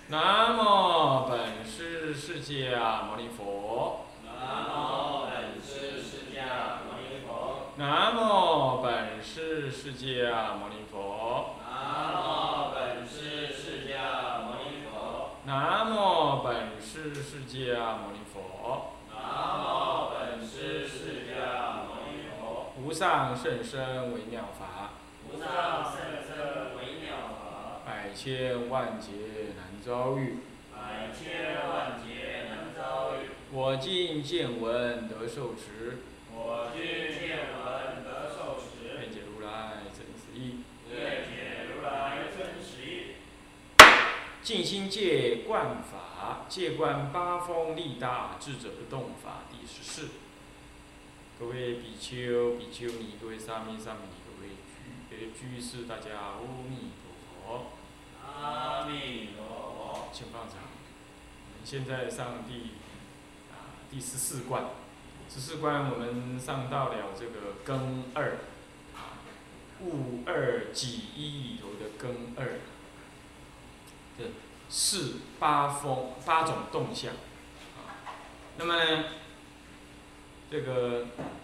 南无本师释迦牟尼佛。 南无本师释迦牟尼佛。 南无本师释迦牟尼佛。 南无本师释迦牟尼佛。 南无本师释迦牟尼佛。 南无本师释迦牟尼佛。 无上甚深微妙法， 无上甚深微妙法， 百千万劫难遭遇。 百千万劫难遭遇。 我今见闻得受持， 我今见闻得受持， 愿解如来真实义。 愿解如来真实义。 净心戒观法，戒观八风力大智者不动法第14。各位比丘、比丘尼，各位沙弥、沙弥尼，各位居士，大家阿弥陀佛。 阿弥陀佛。 请放长。现在上第14观，14观我们上到了这个庚二，戊二己一里头的庚二，这八种动向。那么呢，这个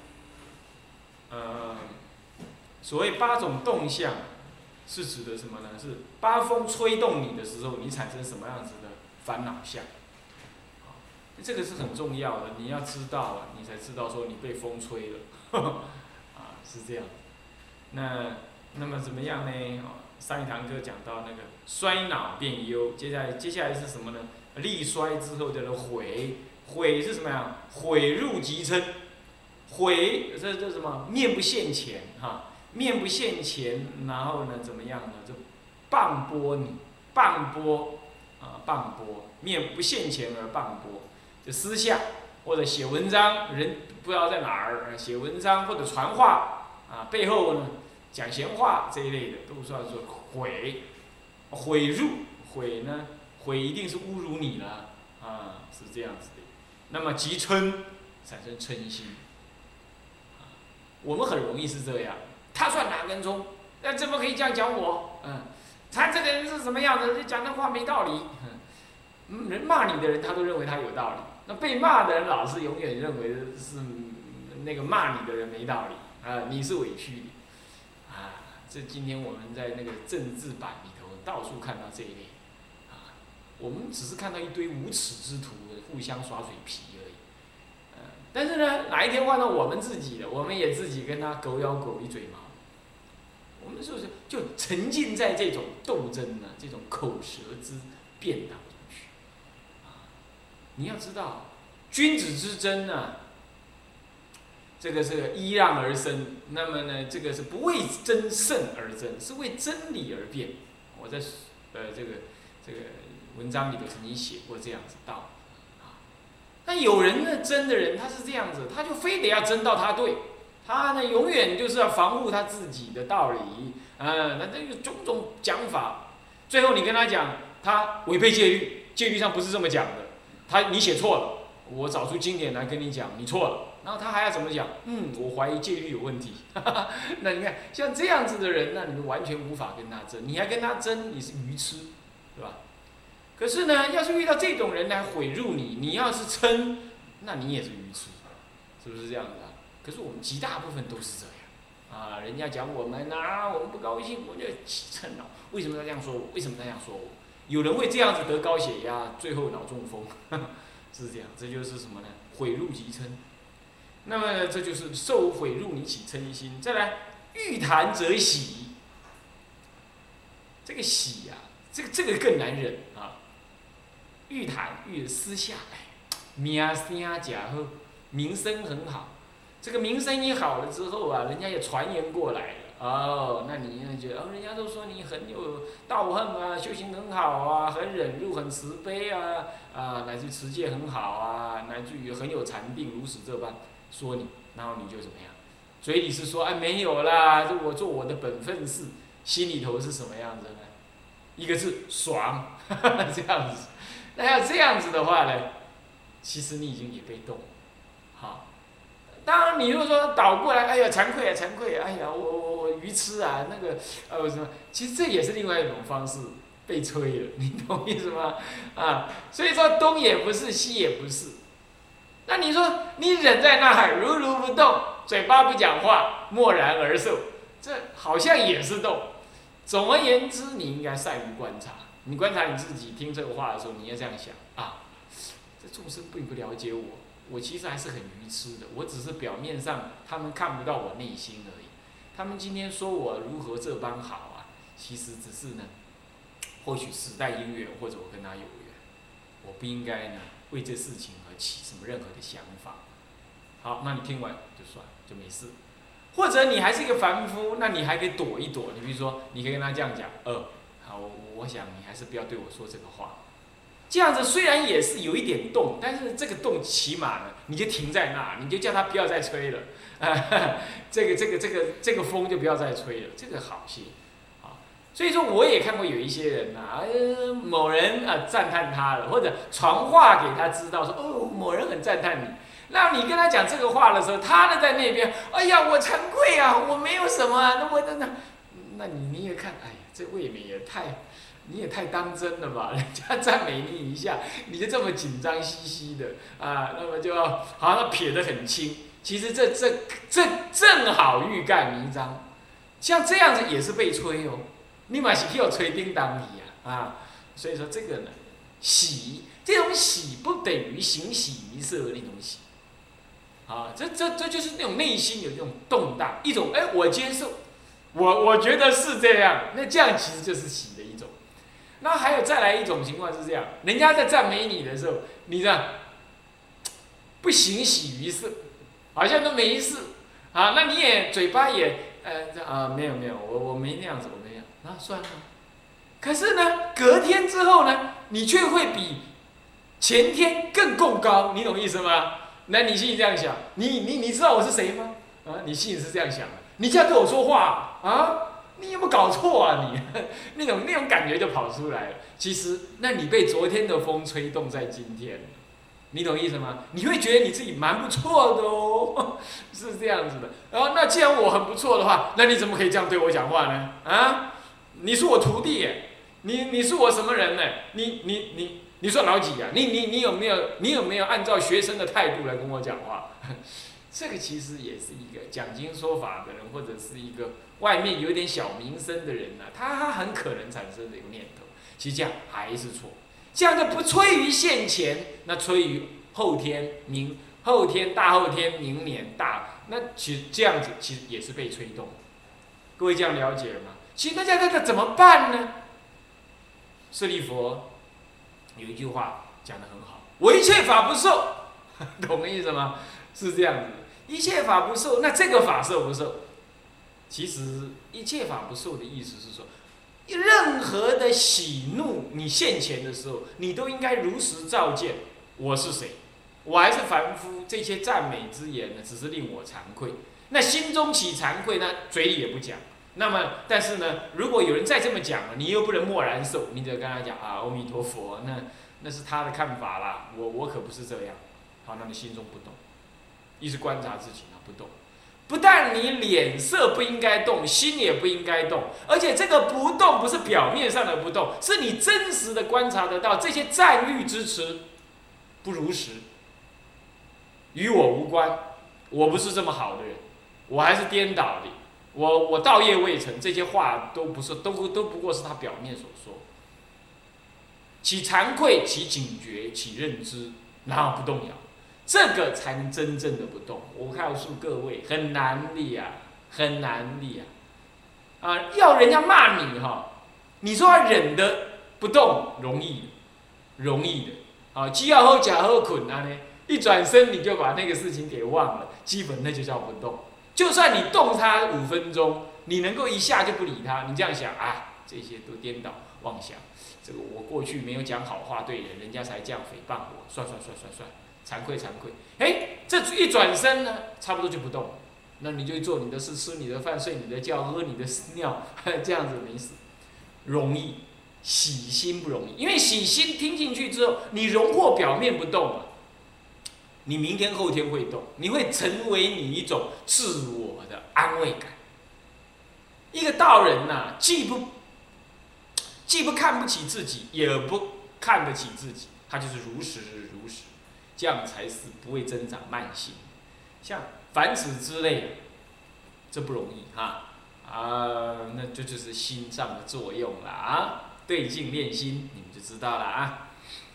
所谓八种动向，是指的什么呢？是八风吹动你的时候，你产生什么样子的烦恼相？这个是很重要的，你要知道啊，你才知道说你被风吹了，是这样。那么怎么样呢？上一堂课讲到那个衰恼变忧，接下来是什么呢？力衰之后叫做悔，悔是什么呀？悔入即嗔，悔这什么？面不现前哈，面不现前，然后呢怎么样呢？就谤钵你，谤钵，面不现前而谤钵。就私下或者写文章，人不知道在哪儿写文章或者传话背后呢讲闲话这一类的，都算作毁。毁入毁呢，毁一定是侮辱你了是这样子的。那么即嗔，产生嗔心。我们很容易是这样，他算哪根葱？那怎么可以这样讲我？他这个人是什么样子？讲的话没道理。人骂你的人，他都认为他有道理。那被骂的人老是永远认为是那个骂你的人没道理你是委屈的这今天我们在那个政治版里头到处看到这一类我们只是看到一堆无耻之徒互相耍嘴皮而已但是呢，哪一天换到我们自己了，我们也自己跟他狗咬狗一嘴毛，我们是不是就沉浸在这种斗争这种口舌之辩当中去你要知道，君子之争这个是揖让而生。那么呢，这个是不为争胜而争，是为真理而辩。我在这个文章里头曾经写过这样子道理那有人呢，争的人他是这样子，他就非得要争到他对，他呢永远就是要防护他自己的道理那这个种种讲法，最后你跟他讲，他违背戒律，戒律上不是这么讲的。你写错了，我找出经典来跟你讲，你错了。然后他还要怎么讲？我怀疑戒律有问题。那你看，像这样子的人，那你们完全无法跟他争，你还跟他争，你是愚痴，对吧？可是呢，要是遇到这种人来毁入你，你要是嗔，那你也是愚痴，是不是这样子可是我们极大部分都是这样人家讲我们我们不高兴，我就嗔恼，为什么他这样说我？为什么他这样说我？有人会这样子得高血压，最后脑中风，是这样，这就是什么呢？毁入即嗔。那么这就是受毁入你起嗔心。再来，欲谈则喜，这个喜这个更难忍欲谈私下名声假好，名声很好。这个名声一好了之后人家也传言过来了那你觉得人家都说你很有道行修行很好很忍辱，很慈悲乃至持戒很好乃至于很有禅定，如此这般说你，然后你就怎么样？嘴里是说没有啦，我做我的本分事，心里头是什么样子呢？一个字爽，这样子。那要这样子的话呢，其实你已经也被动了。好，当然你如果说倒过来，哎呀惭愧惭愧，哎呀我愚痴那个什么，其实这也是另外一种方式被吹了，你懂意思吗？啊，所以说东也不是，西也不是。那你说你忍在那儿如如不动，嘴巴不讲话，默然而受，这好像也是动。总而言之，你应该善于观察。你观察你自己，听这个话的时候，你要这样想啊：这众生并不了解我，我其实还是很愚痴的。我只是表面上他们看不到我内心而已。他们今天说我如何这般好啊，其实只是呢，或许时代因缘，或者我跟他有缘，我不应该呢为这事情而起什么任何的想法。好，那你听完就算，就没事。或者你还是一个凡夫，那你还可以躲一躲。你比如说，你可以跟他这样讲，好，我想你还是不要对我说这个话。这样子虽然也是有一点动，但是这个动起码呢，你就停在那，你就叫他不要再吹了，这个风就不要再吹了，这个好些。所以说我也看过有一些人某人赞叹他了，或者传话给他知道说某人很赞叹你。那你跟他讲这个话的时候，他呢在那边，哎呀，我惭愧啊，我没有什么啊，那你也看，哎呀，这未免你也太当真了吧？人家赞美你一下，你就这么紧张兮兮的啊，那么就要好像撇得很轻。其实这正好欲盖弥彰，像这样子也是被吹哦，你嘛是去吹叮当你啊，所以说这个呢，喜这种喜不等于行喜于色的那种喜。这就是那种内心有这种动荡，一种我接受，我觉得是这样，那这样其实就是喜的一种。那还有再来一种情况是这样，人家在赞美你的时候，你这样不行喜于色，好像都没事啊，那你也嘴巴也没有，我没那样子，我没那样，算了。可是呢，隔天之后呢，你却会比前天更供高，你懂意思吗？那你心里这样想，你知道我是谁吗？你心里是这样想的，你这样跟我说话你有没有搞错啊你？那种感觉就跑出来了。其实，那你被昨天的风吹动在今天，你懂意思吗？你会觉得你自己蛮不错的哦，是这样子的。然后，那既然我很不错的话，那你怎么可以这样对我讲话呢？你是我徒弟耶，你是我什么人呢？你算老几啊？你有没有按照学生的态度来跟我讲话？这个其实也是一个讲经说法的人，或者是一个外面有点小名声的人他很可能产生这个念头。其实这样还是错，这样就不催于现前，那催于后天、大后天、明年那其实这样子其实也是被吹动。各位这样了解了吗？其实那怎么办呢？舍利佛有一句话讲得很好，我一切法不受，懂我意思吗？是这样子，一切法不受，那这个法受不受？其实一切法不受的意思是说，任何的喜怒你现前的时候，你都应该如实照见我是谁，我还是凡夫，这些赞美之言呢，只是令我惭愧。那心中起惭愧，那嘴里也不讲。那么，但是呢，如果有人再这么讲了，你又不能默然受，你得跟他讲阿弥陀佛，那是他的看法啦，我可不是这样。好，那你心中不动，一直观察自己不动。不但你脸色不应该动，心也不应该动，而且这个不动不是表面上的不动，是你真实的观察得到这些赞誉之词不如实，与我无关，我不是这么好的人，我还是颠倒的。我道业未成，这些话都不过是他表面所说。起惭愧，起警觉，起认知，然后不动摇，这个才能真正的不动。我告诉各位，很难的呀，很难的呀。要人家骂你你说要忍得不动，容易的。鸡要好，假好捆一转身你就把那个事情给忘了，基本那就叫不动。就算你动他5分钟，你能够一下就不理他，你这样想这些都颠倒妄想。这个我过去没有讲好话对人，人家才这样诽谤我，算，惭愧。这一转身呢，差不多就不动，那你就做你的事，吃你的饭，睡你的觉，喝你的尿，这样子没事，容易。喜心不容易，因为喜心听进去之后，你荣获表面不动你明天后天会动，你会成为你一种自我的安慰感。一个道人既既不看不起自己，也不看得起自己，他就是如实如实，这样才是不会增长慢性。像樊子之类，这不容易哈那这就是心上的作用了啊。对镜练心，你们就知道了啊。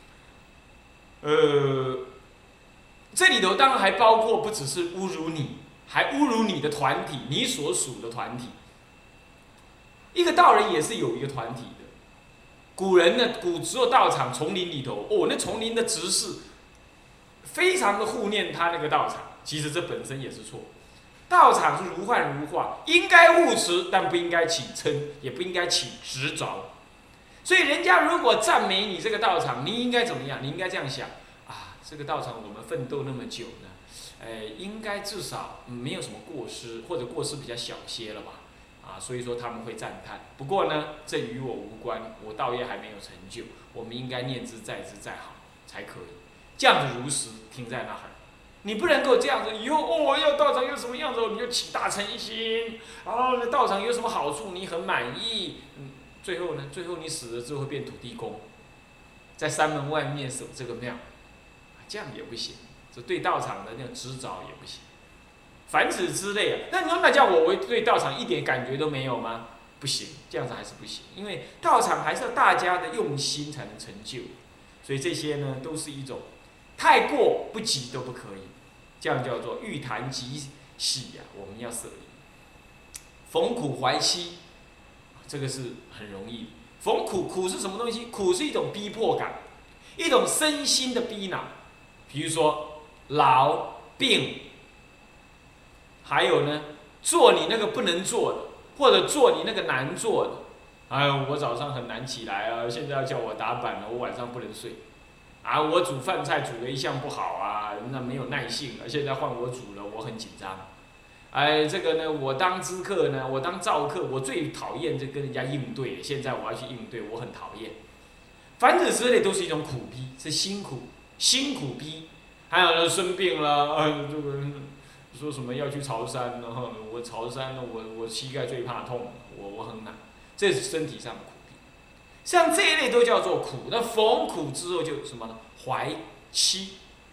这里头当然还包括不只是侮辱你，还侮辱你的团体，你所属的团体。一个道人也是有一个团体的。古人呢，古时候道场丛林里头，那丛林的执事非常的护念他那个道场，其实这本身也是错。道场是如幻如化，应该护持，但不应该起嗔，也不应该起执着。所以人家如果赞美你这个道场，你应该怎么样？你应该这样想啊，这个道场我们奋斗那么久呢，应该至少没有什么过失，或者过失比较小些了吧？所以说他们会赞叹。不过呢，这与我无关，我道业还没有成就，我们应该念之在之再好才可以。这样子如实停在那儿，你不能够这样子。以后要道场有什么样子，你就起大诚心。道场有什么好处，你很满意。最后呢，最后你死了之后会变土地公，在山门外面守这个庙，这样也不行。这对道场的那种执着也不行。樊子之类啊，那你说那叫我对道场一点感觉都没有吗？不行，这样子还是不行，因为道场还是要大家的用心才能成就，所以这些呢都是一种太过不及都不可以，这样叫做欲谈即喜我们要舍离。逢苦怀期，这个是很容易。逢苦，苦是什么东西？苦是一种逼迫感，一种身心的逼恼，比如说老病。还有呢，做你那个不能做的，或者做你那个难做的。我早上很难起来啊，现在要叫我打板了，我晚上不能睡。我煮饭菜煮的一向不好那没有耐性了，现在换我煮了，我很紧张。这个呢，我当知客呢，我当照客，我最讨厌就跟人家应对，现在我要去应对，我很讨厌。凡此之类都是一种苦逼，是辛苦逼。还有呢，生病了，这个。说什么要去潮汕，然后我潮汕呢，我膝盖最怕痛，我很难，这是身体上的苦逼。像这一类都叫做苦。那逢苦之后就什么呢？怀期，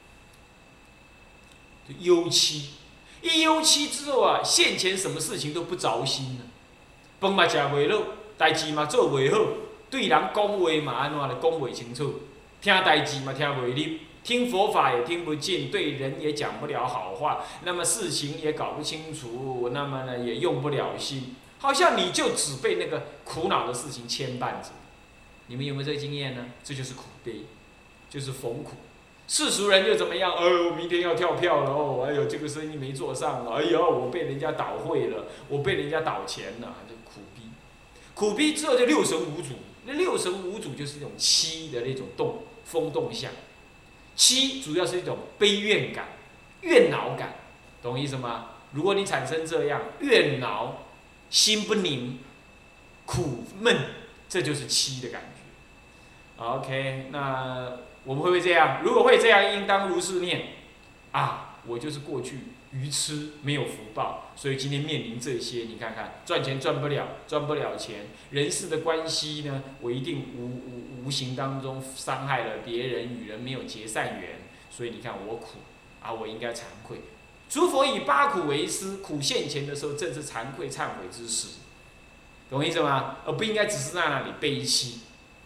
就忧戚。一忧戚之后现前什么事情都不着心了，饭嘛食袂落，代志嘛做袂好，对人讲话嘛安怎咧讲袂清楚，听代志嘛听袂入。听佛法也听不进，对人也讲不了好话，那么事情也搞不清楚，那么呢也用不了心，好像你就只被那个苦恼的事情牵绊着。你们有没有这个经验呢？这就是苦悲，就是逢苦。世俗人就怎么样？我明天要跳票了这个生意没做上了，我被人家倒会了，我被人家倒钱了，就苦逼。苦逼之后就六神无主，那六神无主就是一种戚的那种风动相。戚主要是一种悲怨感、怨恼感，懂意思吗？如果你产生这样怨恼、心不宁、苦闷，这就是戚的感觉。OK， 那我们会不会这样？如果会这样，应当如是念我就是过去愚痴，没有福报，所以今天面临这些，你看看，赚钱赚不了钱，人事的关系呢，我一定无形当中伤害了别人，与人没有结善缘，所以你看我苦我应该惭愧。诸佛以八苦为师，苦现前的时候，正是惭愧忏悔之时，懂我意思吗？而不应该只是在那里悲戚，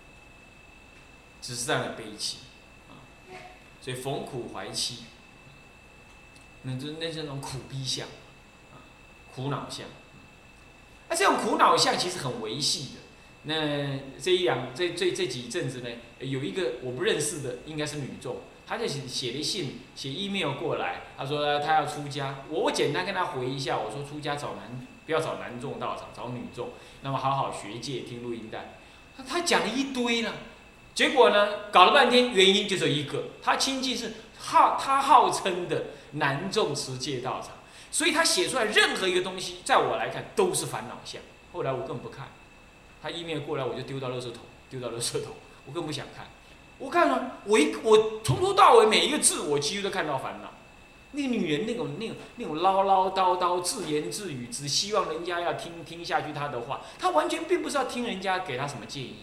所以逢苦怀戚。那是那种苦逼相，苦恼相。这种苦恼相其实很维系的。那这几阵子呢，有一个我不认识的，应该是女众，她就写了信，写 email 过来，她说她要出家，我简单跟她回一下，我说出家不要找男众道场，找女众，那么好好学戒，听录音带。她讲了一堆了，结果呢，搞了半天，原因就这一个，她亲戚是她号称的男众持戒道场，所以他写出来任何一个东西，在我来看都是烦恼相。后来我根本不看，他email过来我就丢到垃圾桶，我更不想看。我看了，我从头到尾每一个字我几乎都看到烦恼。那个女人那种唠唠叨叨、自言自语，只希望人家要听下去她的话，她完全并不是要听人家给她什么建议的，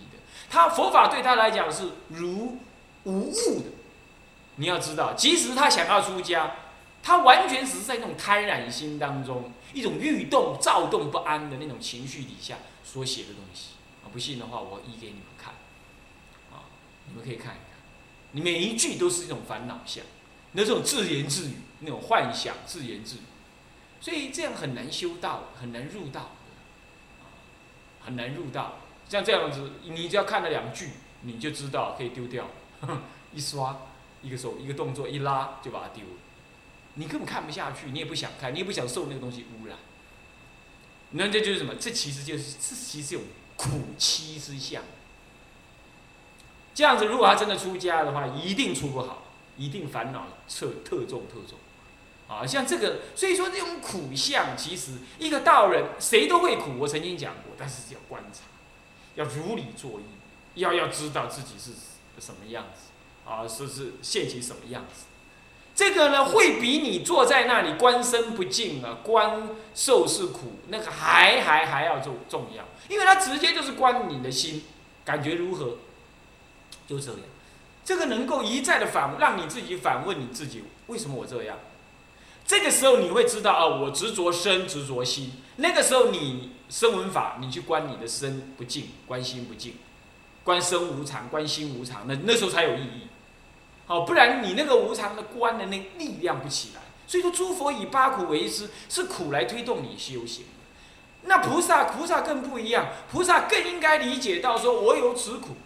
佛法对他来讲是如无物的。你要知道，即使他想要出家，他完全只是在那种贪染心当中，一种欲动、躁动不安的那种情绪底下所写的东西。不信的话，我译给你们看，你们可以看一看，你每一句都是一种烦恼相，那种自言自语，那种幻想自言自语，所以这样很难修道，很难入道，很难入道。像这样子，你只要看了2句，你就知道可以丢掉，一刷，一个手一个动作一拉就把它丢了，你根本看不下去，你也不想看，你也不想受那个东西污染。那这就是什么？这其实有苦妻之相。这样子，如果他真的出家的话，一定出不好，一定烦恼特重。像这个，所以说这种苦相，其实一个道人谁都会苦。我曾经讲过，但是要观察，要如理作意，要知道自己是什么样子，是现起什么样子。这个呢，会比你坐在那里观身不净观受是苦，那个还要重要，因为它直接就是观你的心，感觉如何，就这样。这个能够一再的让你自己反问你自己，为什么我这样？这个时候你会知道我执着身，执着心。那个时候你声闻法，你去观你的身不净，观心不净，观身无常，观心无常，那时候才有意义。不然你那个无常的观的那个力量不起来。所以说诸佛以8苦为师，是苦来推动你修行。那菩萨更不一样，菩萨更应该理解到说，我有此苦，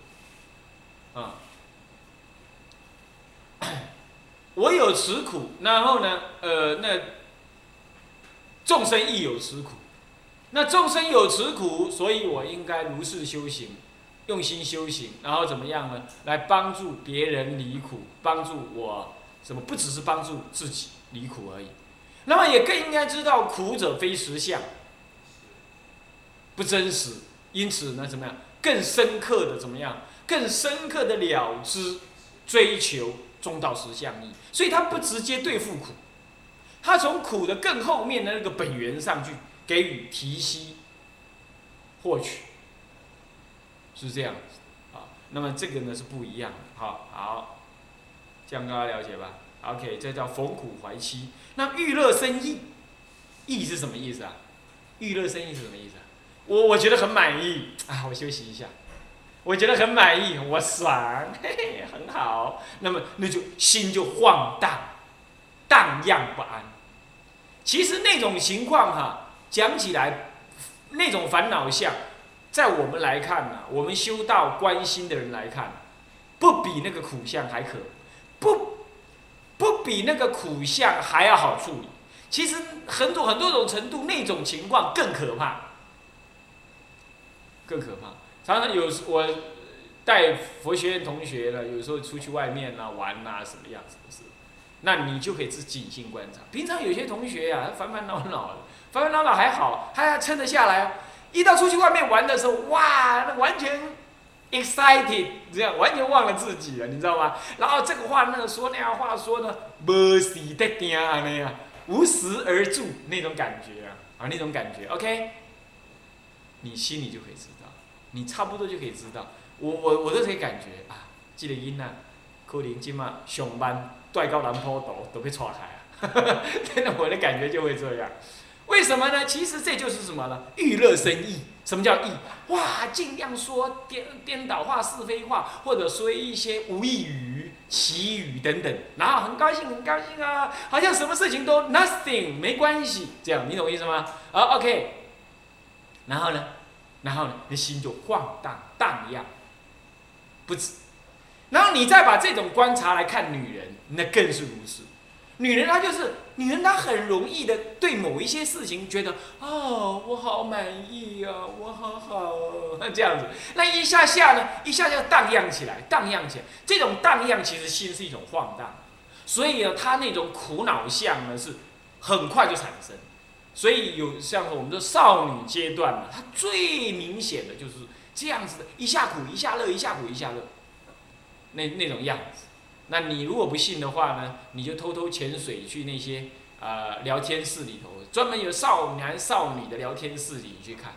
我有此苦，然后呢，那众生亦有此苦，那众生有此苦，所以我应该如是修行。用心修行，然后怎么样呢？来帮助别人离苦，帮助我什么？不只是帮助自己离苦而已。那么也更应该知道，苦者非实相，不真实。因此呢，怎么样？更深刻的怎么样？更深刻的了知，追求中道实相义。所以他不直接对付苦，他从苦的更后面的那个本源上去给予提息、获取。是这样子那么这个呢是不一样的。好，这样大家了解吧 ？OK， 这叫逢苦怀期。那欲乐生意，意是什么意思啊？欲乐生意是什么意思啊？我觉得很满意我休息一下，我觉得很满意，我爽，嘿嘿，很好。那么那就心就晃荡，荡漾不安。其实那种情况讲起来，那种烦恼相。在我们来看我们修道观心的人来看，不比那个苦相还不比那个苦相还要好处理。其实很多种程度，那种情况更可怕，常常我带佛学院同学呢，有时候出去外面玩什么样子的事，那你就可以自己静心观察。平常有些同学烦恼的，还好，他还撑得下来。一到出去外面玩的时候，哇，那完全 excited， 这样完全忘了自己了，你知道吗？然后这个话那个说，那样话说呢，无时得定那样，无时而住那种感觉那种感觉 ，OK， 你心里就可以知道，你差不多就可以知道，我都可以感觉这个囡仔可能今嘛上班带到南坡都被踹开真的我的感觉就会这样。为什么呢？其实这就是什么呢？欲乐生意。什么叫意？哇，尽量说颠倒话、是非话，或者说一些无意语、奇语等等，然后很高兴好像什么事情都 nothing 没关系，这样你懂我意思吗？OK， 然后呢，你心就晃荡漾，不止。然后你再把这种观察来看女人，那更是如此。女人她很容易的对某一些事情觉得我好满意我好这样子，那一下呢，荡漾起来。这种荡漾其实心是一种晃荡，所以呢，她那种苦恼相呢是很快就产生。所以有像我们说少女阶段她最明显的就是这样子的，一下苦一下乐，一下苦一下乐，那种样子。那你如果不信的话呢，你就偷偷潜水去那些聊天室里头，专门有少男少女的聊天室里去看，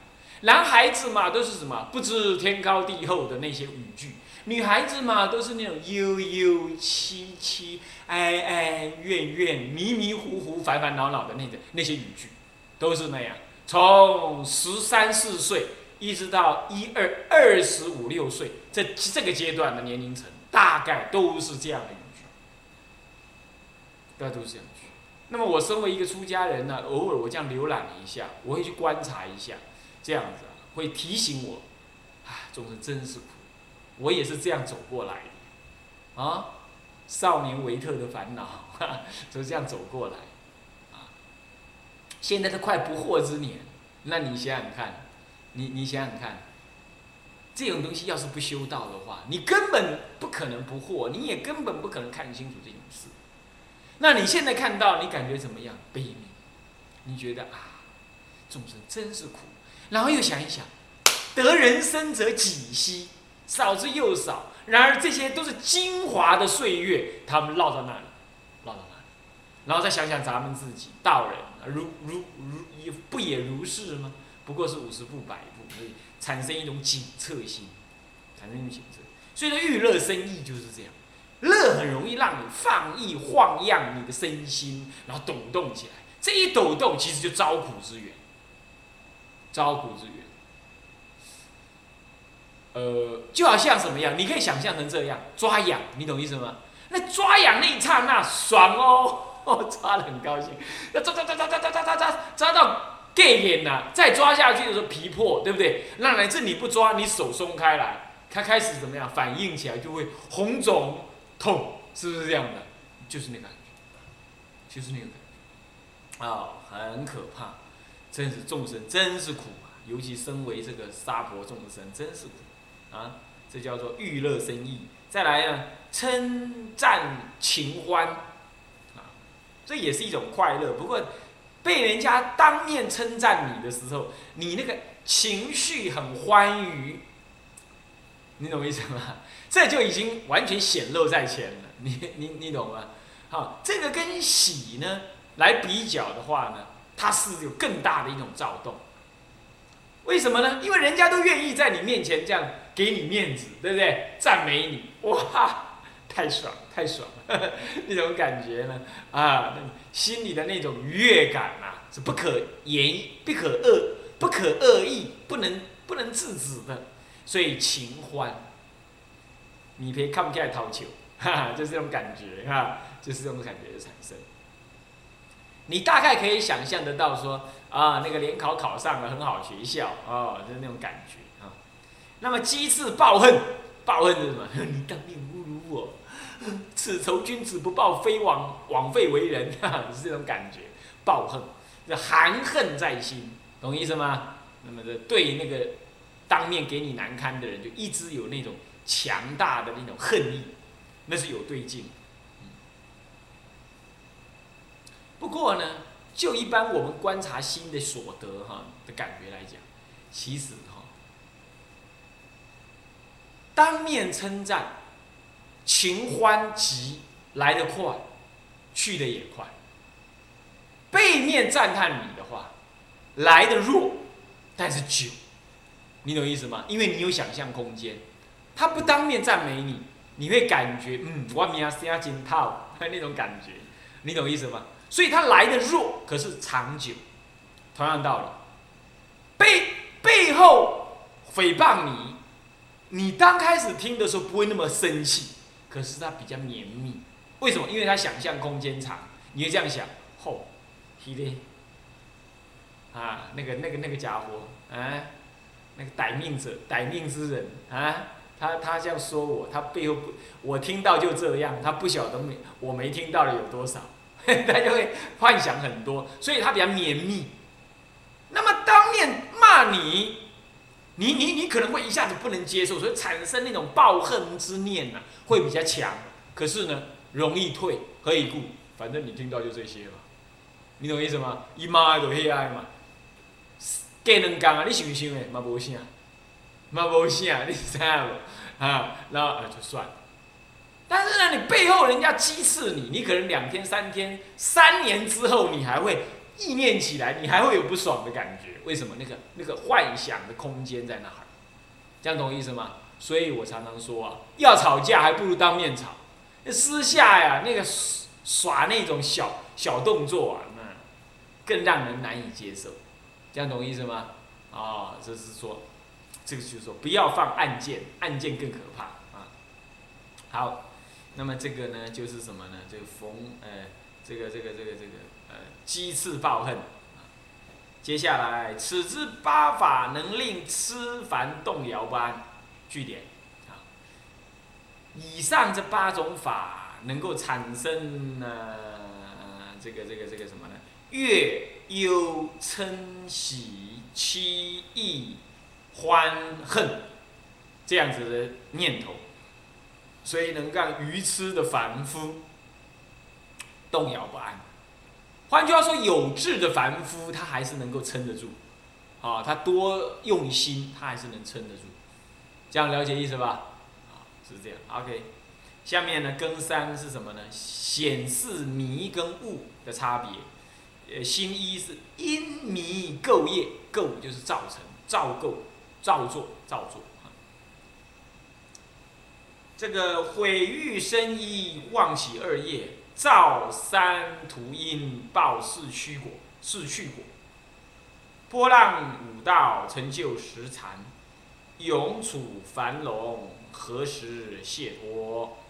男孩子嘛都是什么不知天高地厚的那些语句，女孩子嘛都是那种悠悠凄凄、哀哀怨怨、迷迷糊糊、烦烦恼恼的那些语句，都是那样。从13、14岁一直到25、26岁，这个阶段的年龄层，大概都是这样的语句，大概都是这样的语句。那么我身为一个出家人呢，偶尔我这样浏览一下，我会去观察一下，这样子会提醒我，众生真是苦，我也是这样走过来的，啊，少年维特的烦恼，就这样走过来，现在都快不惑之年，那你想想看，你想想看，这种东西要是不修道的话，你根本不可能不惑，你也根本不可能看清楚这种事。那你现在看到，你感觉怎么样？悲悯，你觉得众生真是苦，然后又想一想，得人生者几希，少之又少。然而这些都是精华的岁月，他们落到那里，然后再想想咱们自己道人，不也如是吗？不过是50步100步，所以产生一种警策心，所以说欲乐生意就是这样，乐很容易让你放逸晃漾你的身心，然后抖动起来。这一抖动，其实就招苦之源。就好像什么样？你可以想象成这样，抓痒，你懂意思吗？那抓痒那一刹那，爽哦，抓得很高兴，要抓到 gay 眼呐，再抓下去的时候皮破，对不对？那乃至你不抓，你手松开来，它开始怎么样？反应起来就会红肿痛，是不是这样的？就是那个感觉，很可怕，真是众生真是苦啊！尤其身为这个娑婆众生，真是苦啊！这叫做欲乐生意。再来呢，称赞情欢，这也是一种快乐。不过被人家当面称赞你的时候，你那个情绪很欢愉，你懂我意思吗？这就已经完全显露在前了，你懂吗？好，这个跟喜呢来比较的话呢，它是有更大的一种躁动。为什么呢？因为人家都愿意在你面前这样给你面子，对不对？赞美你，哇，太爽了，那种感觉呢，心里的那种愉悦感是不可恶意，不能制止的，所以情欢，你别看不起来讨球，就是这种感觉，就是这种感觉的产生。你大概可以想象得到说，那个联考考上了很好学校，就是那种感觉啊。那么讥刺报恨是什么？你当面侮辱我，此仇君子不报，非枉费为人，是这种感觉。报恨，这含恨在心，懂意思吗？那么对那个当面给你难堪的人，就一直有那种强大的那种恨意，那是有对劲。不过呢，就一般我们观察心的所得的感觉来讲，其实当面称赞，情欢急来得快，去得也快；背面赞叹你的话，来得弱，但是久。你懂意思吗？因为你有想象空间，他不当面赞美你，你会感觉我名声真套那种感觉，你懂意思吗？所以它来的弱，可是长久。同样道理，背后诽谤你，你刚开始听的时候不会那么生气，可是它比较绵密。为什么？因为它想象空间长，你会这样想：那个家伙那个歹命之人他这样说我，他背后我听到就这样，他不晓得我没听到的有多少。他就会幻想很多，所以他比较绵密。那么当面骂你可能会一下子不能接受，所以产生那种报恨之念会比较强。可是呢，容易退，何以故？反正你听到就这些嘛，你懂意思吗？伊骂的就迄个嘛，过2天你想不想的？嘛无啥，你知影无？然后就算了。但是呢，你背后人家讥刺你，你可能2天3天，3年之后，你还会意念起来，你还会有不爽的感觉。为什么？那个幻想的空间在那儿，这样懂我意思吗？所以我常常说啊，要吵架还不如当面吵，私下呀那个耍那种小动作啊，那更让人难以接受。这样懂我意思吗？啊，这是说，这个就是说不要放暗箭，暗箭更可怕啊。好，那么这个呢就是什么呢？这个鸡翅报恨。接下来，此之八法能令痴烦动摇不安。句点啊，以上这8种法能够产生这个什么呢？悦忧嗔喜戚意欢恨这样子的念头，所以能让愚痴的凡夫动摇不安。换句话说，有志的凡夫他还是能够撑得住，啊，他多用心，他还是能撑得住。这样了解意思吧？啊，是这样。OK， 下面呢，庚3是什么呢？显示迷跟悟的差别。辛1是因迷构业，构就是造成、造构、造作。这个毁誉生一，妄起2业，造3途因，报4去果。波浪5道，成就10禅。永处樊笼，何时解脱？